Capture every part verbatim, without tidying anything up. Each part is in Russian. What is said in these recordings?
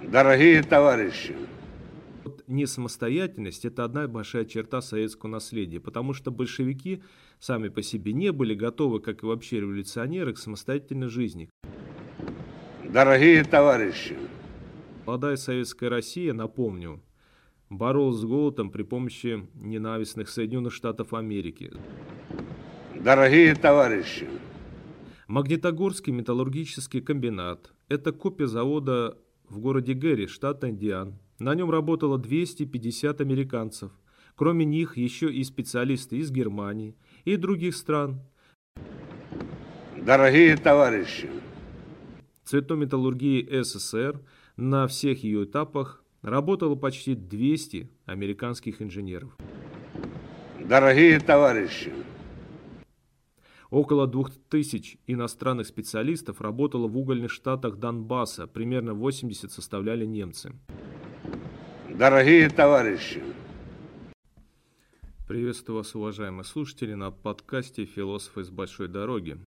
Дорогие товарищи, Несамостоятельность – это одна большая черта советского наследия, потому что большевики сами по себе не были готовы, как и вообще революционеры, к самостоятельной жизни. дорогие товарищи, Молодая советская Россия, напомню, боролась с голодом при помощи ненавистных Соединенных Штатов Америки. дорогие товарищи, Магнитогорский металлургический комбинат – это копия завода в городе Гэри, штат Индиан. На нем работало двести пятьдесят американцев. Кроме них еще и специалисты из Германии и других стран. дорогие товарищи, Цветной металлургии СССР на всех ее этапах работало почти двести американских инженеров. дорогие товарищи, Около двух тысяч иностранных специалистов работало в угольных штатах Донбасса, примерно восемьдесят составляли немцы. дорогие товарищи, Приветствую вас, уважаемые слушатели, на подкасте «Философы с большой дороги».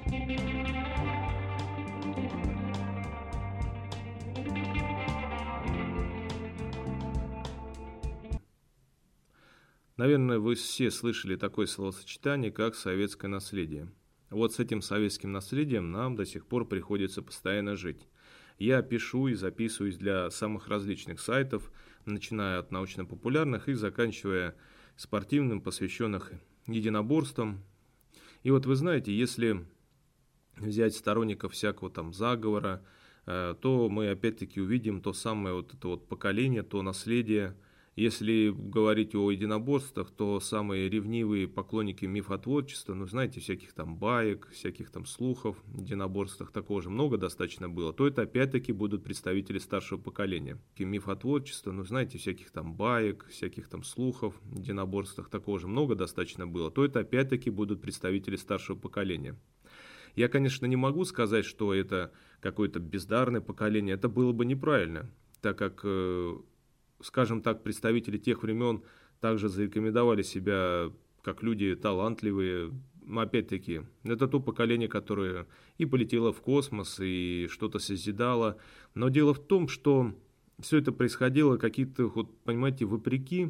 Наверное, вы все слышали такое словосочетание, как советское наследие. Вот с этим советским наследием нам до сих пор приходится постоянно жить. Я пишу и записываюсь для самых различных сайтов, начиная от научно-популярных и заканчивая спортивным, посвященных единоборствам. И вот вы знаете, если взять сторонников всякого там заговора, то мы опять-таки увидим то самое вот это вот поколение, то наследие. Если говорить о единоборствах, то самые ревнивые поклонники мифотворчества, ну знаете, всяких там баек, всяких там слухов, в единоборствах такого же много достаточно было, то это опять-таки будут представители старшего поколения. Мифотворчество, ну знаете, всяких там баек, всяких там слухов, в единоборствах такого же много достаточно было, то это опять-таки будут представители старшего поколения. Я, конечно, не могу сказать, что это какое-то бездарное поколение, это было бы неправильно, так как... скажем так, представители тех времен также зарекомендовали себя как люди талантливые. Опять-таки, это то поколение, которое и полетело в космос, и что-то созидало. Но дело в том, что все это происходило какие-то, вот, понимаете, вопреки.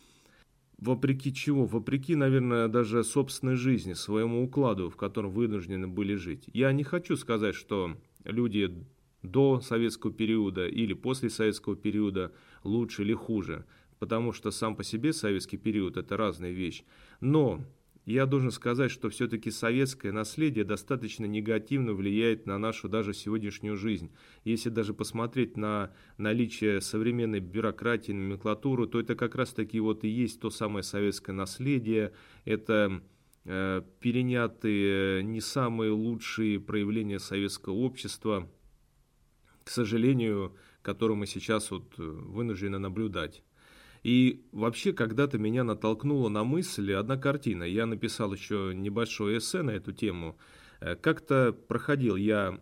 Вопреки чего? Вопреки, наверное, даже собственной жизни, своему укладу, в котором вынуждены были жить. Я не хочу сказать, что люди до советского периода или после советского периода лучше или хуже, потому что сам по себе советский период – это разная вещь. Но я должен сказать, что все-таки советское наследие достаточно негативно влияет на нашу даже сегодняшнюю жизнь. Если даже посмотреть на наличие современной бюрократии, номенклатуры, то это как раз-таки вот и есть то самое советское наследие, это э, перенятые не самые лучшие проявления советского общества, к сожалению, которую мы сейчас вот вынуждены наблюдать. И вообще когда-то меня натолкнула на мысль одна картина. Я написал еще небольшое эссе на эту тему. Как-то проходил я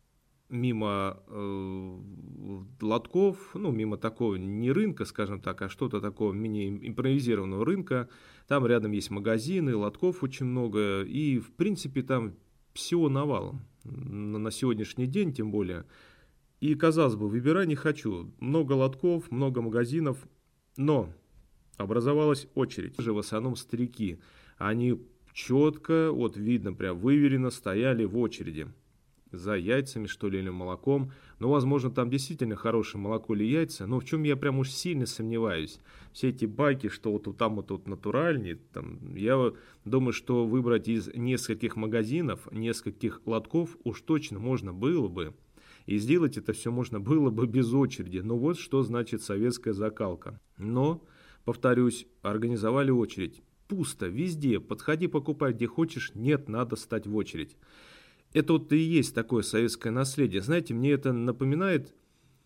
мимо э, лотков, ну, мимо такого не рынка, скажем так, а что-то такого мини-импровизированного рынка. Там рядом есть магазины, лотков очень много. И, в принципе, там всего навалом. На сегодняшний день, тем более. И, казалось бы, выбирай не хочу. Много лотков, много магазинов, но образовалась очередь. Же в основном старики. Они четко, вот видно, прям выверенно стояли в очереди. За яйцами, что ли, или молоком. Ну, возможно, там действительно хорошее молоко или яйца, но в чем я прям уж сильно сомневаюсь. Все эти байки, что вот там вот тут натуральнее, там, я думаю, что выбрать из нескольких магазинов, нескольких лотков уж точно можно было бы. И сделать это все можно было бы без очереди. Но вот что значит советская закалка. Но, повторюсь, организовали очередь. Пусто, везде. Подходи, покупай, где хочешь. Нет, надо стать в очередь. Это вот и есть такое советское наследие. Знаете, мне это напоминает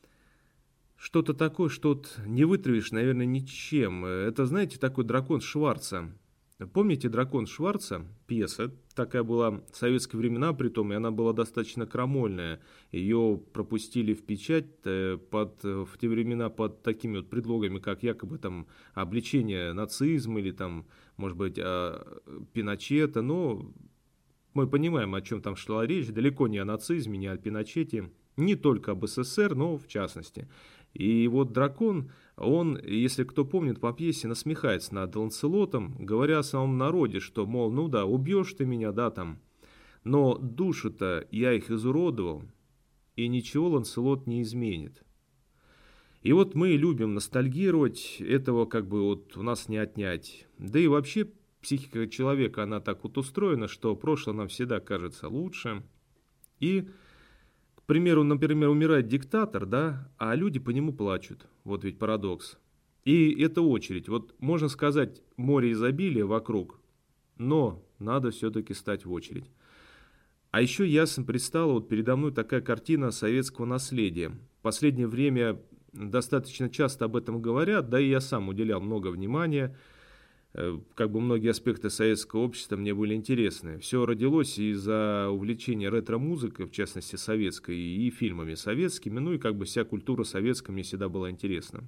что-то такое, что вот не вытравишь, наверное, ничем. Это, знаете, такой дракон Шварца. Помните «Дракон Шварца»? Пьеса такая была в советские времена, притом, и она была достаточно крамольная. Ее пропустили в печать под, в те времена под такими вот предлогами, как якобы там обличение нацизма или там, может быть, Пиночета. Но мы понимаем, о чем там шла речь. Далеко не о нацизме, не о Пиночете. Не только об СССР, но в частности. И вот дракон, он, если кто помнит, по пьесе насмехается над Ланселотом, говоря о самом народе, что, мол, ну да, убьешь ты меня, да, там, но душу-то я их изуродовал, и ничего Ланселот не изменит. И вот мы любим ностальгировать, этого как бы вот у нас не отнять. Да и вообще психика человека, она так вот устроена, что прошлое нам всегда кажется лучше. И, к примеру, например, умирает диктатор, да, а люди по нему плачут. Вот ведь парадокс. И это очередь. Вот можно сказать, море изобилия вокруг, но надо все-таки стать в очередь. А еще ясно предстала вот передо мной такая картина советского наследия. В последнее время достаточно часто об этом говорят, да и я сам уделял много внимания. Как бы многие аспекты советского общества мне были интересны. Все родилось из-за увлечения ретро-музыкой, в частности советской, и фильмами советскими, ну и как бы вся культура советская мне всегда была интересна.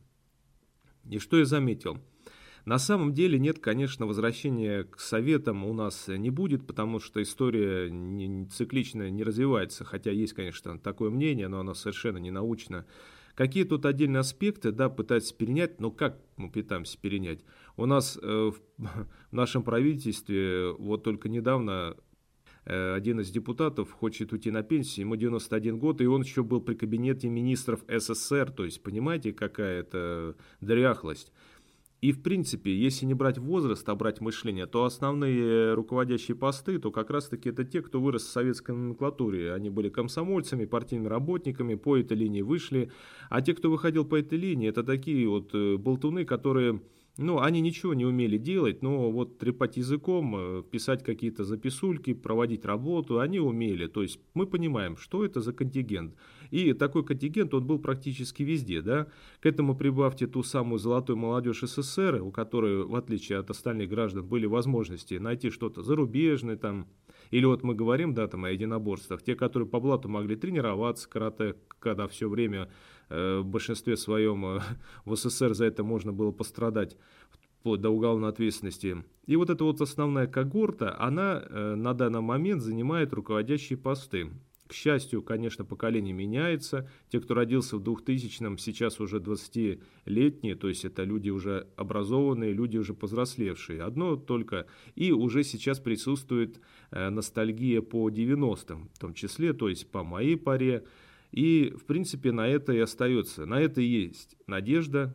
И что я заметил? На самом деле нет, конечно, возвращения к советам у нас не будет, потому что история не, циклично не развивается, хотя есть, конечно, такое мнение, но оно совершенно не научно. Какие тут отдельные аспекты, да, пытаются перенять, но как мы пытаемся перенять? У нас э, в, в нашем правительстве вот только недавно э, один из депутатов хочет уйти на пенсию, ему девяносто один год, и он еще был при кабинете министров СССР, то есть понимаете, какая это дряхлость. И, в принципе, если не брать возраст, а брать мышление, то основные руководящие посты, то как раз-таки это те, кто вырос в советской номенклатуре. Они были комсомольцами, партийными работниками, по этой линии вышли. А те, кто выходил по этой линии, это такие вот болтуны, которые, ну, они ничего не умели делать, но вот трепать языком, писать какие-то записульки, проводить работу, они умели. То есть мы понимаем, что это за контингент. И такой контингент, он был практически везде, да. К этому прибавьте ту самую золотую молодежь СССР, у которой, в отличие от остальных граждан, были возможности найти что-то зарубежное там. Или вот мы говорим, да, там о единоборствах. Те, которые по блату могли тренироваться, карате, когда все время э, в большинстве своем э, в СССР за это можно было пострадать, вплоть до уголовной ответственности. И вот эта вот основная когорта, она э, на данный момент занимает руководящие посты. К счастью, конечно, поколение меняется. Те, кто родился в двухтысячном, сейчас уже двадцатилетние, то есть это люди уже образованные, люди уже повзрослевшие. Одно только. И уже сейчас присутствует э, ностальгия по девяностым, в том числе, то есть по моей паре. И, в принципе, на это и остается. На это и есть надежда.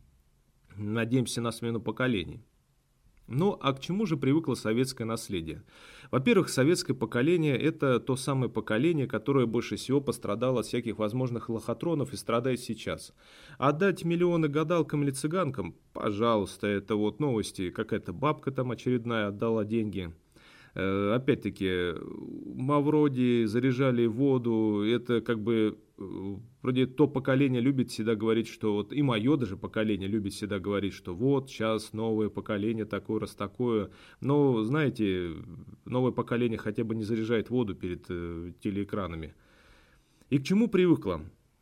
Надеемся на смену поколений. Ну, а к чему же привыкло советское наследие? Во-первых, советское поколение – это то самое поколение, которое больше всего пострадало от всяких возможных лохотронов и страдает сейчас. Отдать миллионы гадалкам или цыганкам? Пожалуйста, это вот новости. Какая-то бабка там очередная отдала деньги. Опять-таки, Мавроди заряжали воду, это как бы, вроде то поколение любит всегда говорить, что вот, и мое даже поколение любит всегда говорить, что вот сейчас новое поколение такое раз такое, но, знаете, новое поколение хотя бы не заряжает воду перед э, телеэкранами. И к чему привыкло?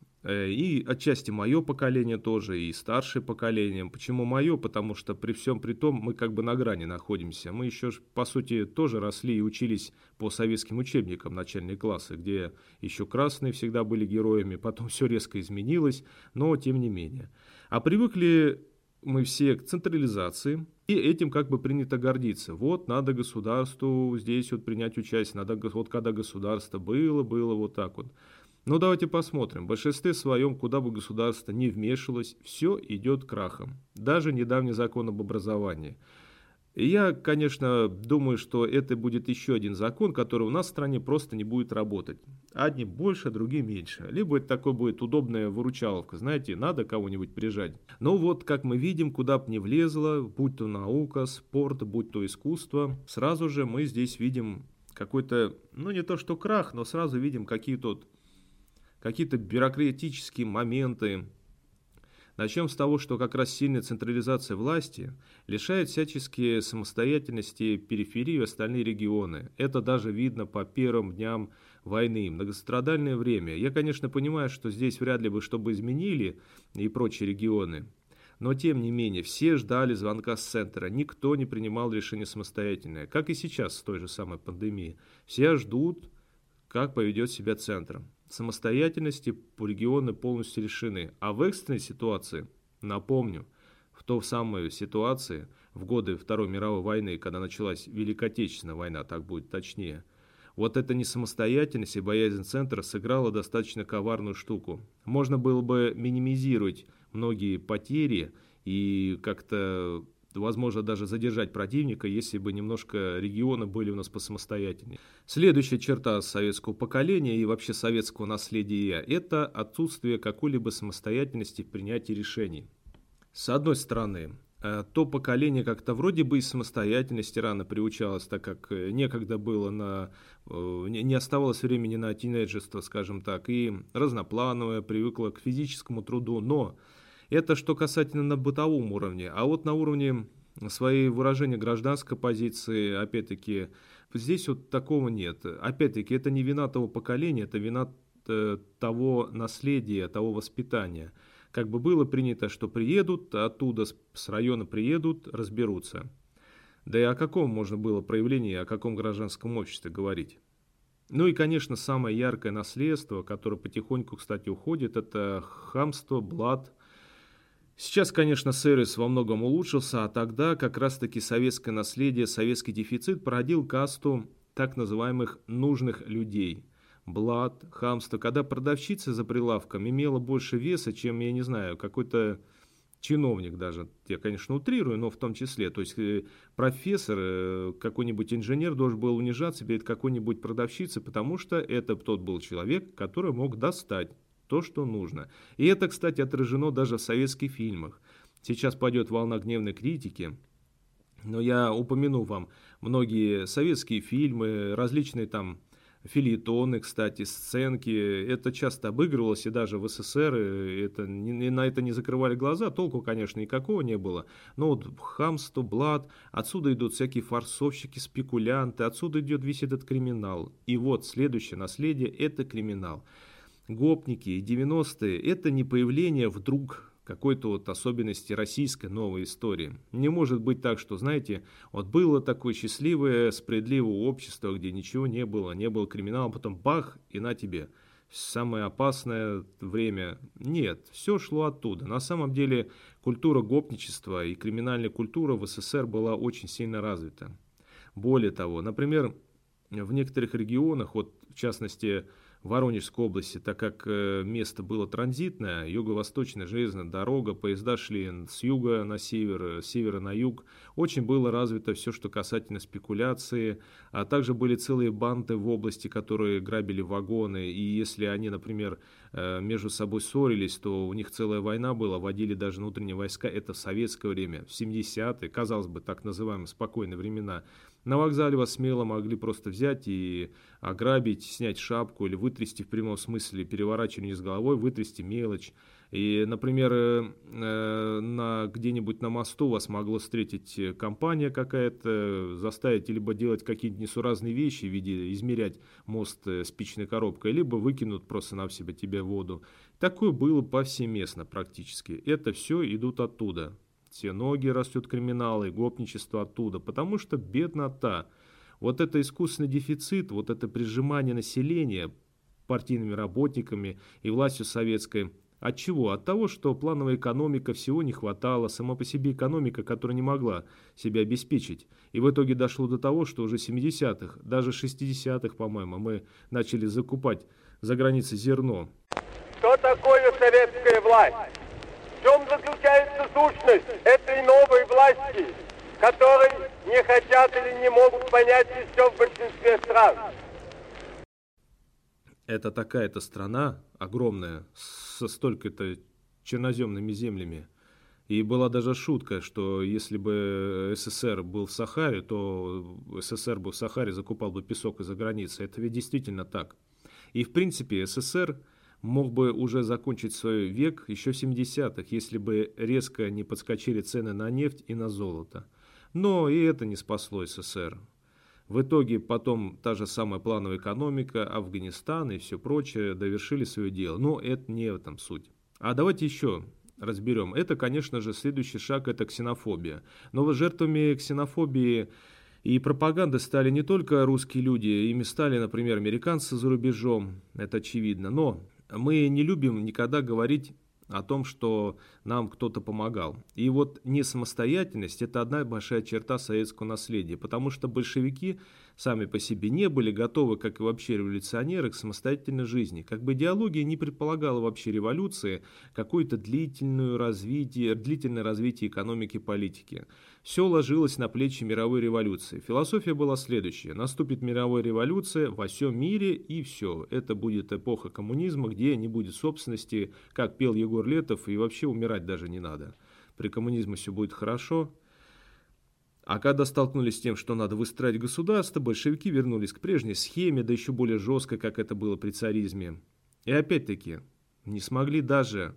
И отчасти мое поколение тоже, и старшее поколение. Почему мое? Потому что при всем при том мы как бы на грани находимся. Мы еще, по сути, тоже росли и учились по советским учебникам начальные классы, где еще красные всегда были героями, потом все резко изменилось, но тем не менее. А привыкли мы все к централизации, и этим как бы принято гордиться. Вот надо государству здесь вот принять участие, надо, вот когда государство было, было вот так вот. Ну давайте посмотрим. В большинстве своем, куда бы государство ни вмешивалось, все идет крахом. Даже недавний закон об образовании. И я, конечно, думаю, что это будет еще один закон, который у нас в стране просто не будет работать. Одни больше, другие меньше. Либо это такое будет удобная выручаловка. Знаете, надо кого-нибудь прижать. Но вот, как мы видим, куда бы ни влезло, будь то наука, спорт, будь то искусство, сразу же мы здесь видим какой-то, ну не то что крах, но сразу видим какие-то какие-то бюрократические моменты. Начнем с того, что как раз сильная централизация власти лишает всячески самостоятельности периферии и остальные регионы. Это даже видно по первым дням войны, многострадальное время. Я, конечно, понимаю, что здесь вряд ли бы что-бы изменили и прочие регионы. Но, тем не менее, все ждали звонка с центра, никто не принимал решение самостоятельное, как и сейчас с той же самой пандемией. Все ждут, как поведет себя центр. Самостоятельности регионы полностью лишены. А в экстренной ситуации, напомню, в той самой ситуации, в годы Второй мировой войны, когда началась Великая Отечественная война, так будет точнее, вот эта несамостоятельность и боязнь центра сыграла достаточно коварную штуку. Можно было бы минимизировать многие потери и как-то, возможно, даже задержать противника, если бы немножко регионы были у нас посамостоятельнее. Следующая черта советского поколения и вообще советского наследия – это отсутствие какой-либо самостоятельности в принятии решений. С одной стороны, то поколение как-то вроде бы из самостоятельности рано приучалось, так как некогда было на, не оставалось времени на тинейджерство, скажем так, и разноплановое, привыкло к физическому труду, но это что касательно на бытовом уровне, а вот на уровне своей выражения гражданской позиции, опять-таки, здесь вот такого нет. Опять-таки, это не вина того поколения, это вина того наследия, того воспитания. Как бы было принято, что приедут, оттуда с района приедут, разберутся. Да и о каком можно было проявлении, о каком гражданском обществе говорить? Ну и, конечно, самое яркое наследство, которое потихоньку, кстати, уходит, это хамство, блат. Сейчас, конечно, сервис во многом улучшился, а тогда как раз-таки советское наследие, советский дефицит породил касту так называемых нужных людей. Блат, хамство, когда продавщица за прилавком имела больше веса, чем, я не знаю, какой-то чиновник даже, я, конечно, утрирую, но в том числе, то есть профессор, какой-нибудь инженер должен был унижаться перед какой-нибудь продавщицей, потому что это тот был человек, который мог достать то, что нужно. И это, кстати, отражено даже в советских фильмах. Сейчас пойдет волна гневной критики, но я упомяну вам многие советские фильмы, различные там фельетоны, кстати, сценки. Это часто обыгрывалось, и даже в СССР это, на это не закрывали глаза. Толку, конечно, никакого не было. Но вот хамство, блат, отсюда идут всякие форсовщики, спекулянты, отсюда идет весь этот криминал. И вот следующее наследие – это криминал. Гопники и девяностые – это не появление вдруг какой-то вот особенности российской новой истории. Не может быть так, что, знаете, вот было такое счастливое, справедливое общество, где ничего не было, не было криминала, потом бах, и на тебе. Самое опасное время. Нет, все шло оттуда. На самом деле культура гопничества и криминальная культура в СССР была очень сильно развита. Более того, например, в некоторых регионах, вот в частности в Воронежской области, так как место было транзитное, юго-восточная железная дорога, поезда шли с юга на север, с севера на юг, очень было развито все, что касательно спекуляции, а также были целые банды в области, которые грабили вагоны, и если они, например, между собой ссорились, то у них целая война была, водили даже внутренние войска, это в советское время, в семидесятые, казалось бы, так называемые спокойные времена. На вокзале вас смело могли просто взять и ограбить, снять шапку или вытрясти в прямом смысле, переворачивание с головой, вытрясти мелочь. И, например, на, где-нибудь на мосту вас могло встретить компания какая-то, заставить либо делать какие-то несуразные вещи в виде измерять мост спичной коробкой, либо выкинут просто-навсего тебе в воду. Такое было повсеместно практически. Это все идут оттуда. Все ноги растет криминал и гопничество оттуда, потому что беднота. Вот это искусственный дефицит, вот это прижимание населения партийными работниками и властью советской. От чего? От того, что плановая экономика всего не хватало, сама по себе экономика, которая не могла себя обеспечить. И в итоге дошло до того, что уже в семидесятых, даже шестидесятых, по-моему, мы начали закупать за границей зерно. Что такое советская власть? В чем заключается сущность этой новой власти, которой не хотят или не могут понять еще в большинстве стран? Это такая-то страна огромная, со столько-то черноземными землями. И была даже шутка, что если бы СССР был в Сахаре, то СССР бы в Сахаре закупал бы песок из-за границы. Это ведь действительно так. И в принципе СССР мог бы уже закончить свой век еще в семидесятых, если бы резко не подскочили цены на нефть и на золото. Но и это не спасло СССР. В итоге потом та же самая плановая экономика, Афганистан и все прочее довершили свое дело. Но это не в этом суть. А давайте еще разберем. Это, конечно же, следующий шаг – это ксенофобия. Но вот жертвами ксенофобии И пропагандой стали не только русские люди, ими стали, например, американцы за рубежом, это очевидно. Но мы не любим никогда говорить о том, что нам кто-то помогал. И вот несамостоятельность – это одна большая черта советского наследия, потому что большевики сами по себе не были готовы, как и вообще революционеры, к самостоятельной жизни. Как бы идеология не предполагала вообще революции, какое-то длительное развитие, длительное развитие экономики и политики. Все ложилось на плечи мировой революции. Философия была следующая. Наступит мировая революция во всем мире, и все. Это будет эпоха коммунизма, где не будет собственности, как пел Егор Летов, и вообще умирать даже не надо. При коммунизме все будет хорошо. А когда столкнулись с тем, что надо выстраивать государство, большевики вернулись к прежней схеме, да еще более жесткой, как это было при царизме. И опять-таки не смогли даже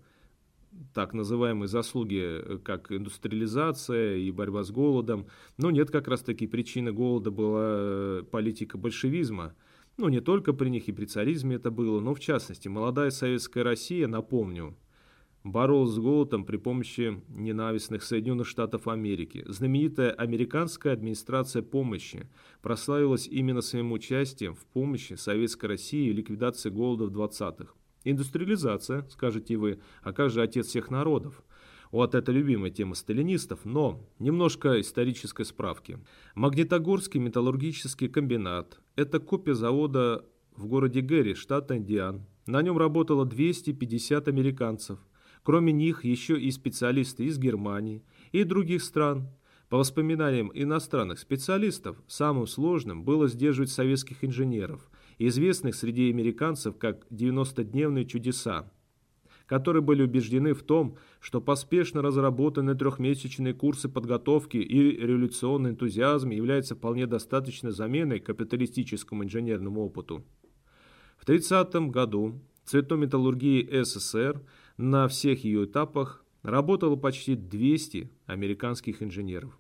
так называемые заслуги, как индустриализация и борьба с голодом. Но нет, как раз таки причина голода была политика большевизма. Ну, не только при них, и при царизме это было, но в частности, молодая советская Россия, напомню, боролась с голодом при помощи ненавистных Соединенных Штатов Америки. Знаменитая американская администрация помощи прославилась именно своим участием в помощи Советской России и ликвидации голода в двадцатых. Индустриализация, скажете вы, а как же отец всех народов? Вот это любимая тема сталинистов, но немножко исторической справки. Магнитогорский металлургический комбинат – это копия завода в городе Гэри, штат Индиан. На нем работало двести пятьдесят американцев. Кроме них еще и специалисты из Германии и других стран. По воспоминаниям иностранных специалистов, самым сложным было сдерживать советских инженеров, известных среди американцев как девяностодневные чудеса, которые были убеждены в том, что поспешно разработанные трехмесячные курсы подготовки и революционный энтузиазм являются вполне достаточной заменой капиталистическому инженерному опыту. В тридцатом году цветной металлургии СССР на всех ее этапах работало почти двести американских инженеров.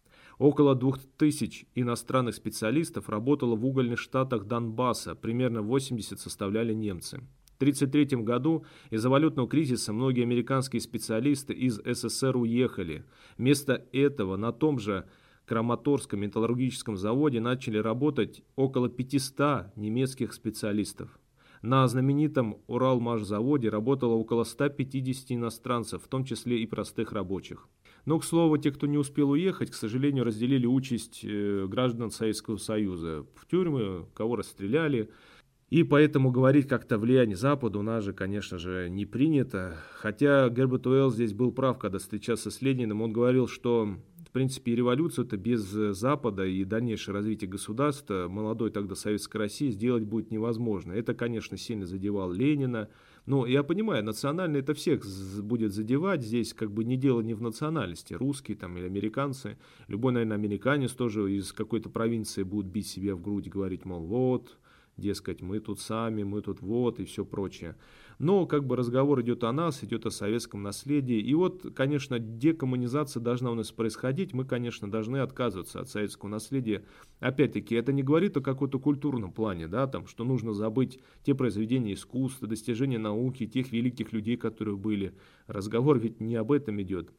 Около двух тысяч иностранных специалистов работало в угольных штатах Донбасса, примерно восемьдесят составляли немцы. В тысяча девятьсот тридцать третьем году из-за валютного кризиса многие американские специалисты из СССР уехали. Вместо этого на том же Краматорском металлургическом заводе начали работать около пятисот немецких специалистов. На знаменитом Уралмашзаводе работало около ста пятидесяти иностранцев, в том числе и простых рабочих. Но, к слову, те, кто не успел уехать, к сожалению, разделили участь граждан Советского Союза. В тюрьмы, кого расстреляли. И поэтому говорить как-то о влиянии Запада у нас же, конечно же, не принято. Хотя Герберт Уэллс здесь был прав, когда встречался с Лениным. Он говорил, что, в принципе, революцию-то без Запада и дальнейшее развитие государства молодой тогда Советской России сделать будет невозможно. Это, конечно, сильно задевал Ленина. Но я понимаю, национально это всех будет задевать. Здесь как бы не дело не в национальности. Русские там или американцы. Любой, наверное, американец тоже из какой-то провинции будет бить себя в грудь, говорить, мол, вот... Дескать, мы тут сами, мы тут вот и все прочее. Но как бы разговор идет о нас, идет о советском наследии. И вот, конечно, декоммунизация должна у нас происходить. Мы, конечно, должны отказываться от советского наследия. Опять-таки, это не говорит о каком-то культурном плане, да, там, что нужно забыть те произведения искусства, достижения науки, тех великих людей, которые были. Разговор ведь не об этом идет.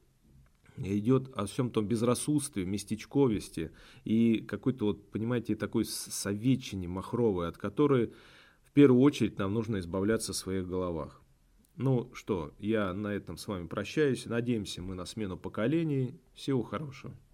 Идет о всем том безрассудстве, местечковости и какой-то, вот, понимаете, такой советчине махровой, от которой в первую очередь нам нужно избавляться в своих головах. Ну что, я на этом с вами прощаюсь. Надеемся мы на смену поколений. Всего хорошего.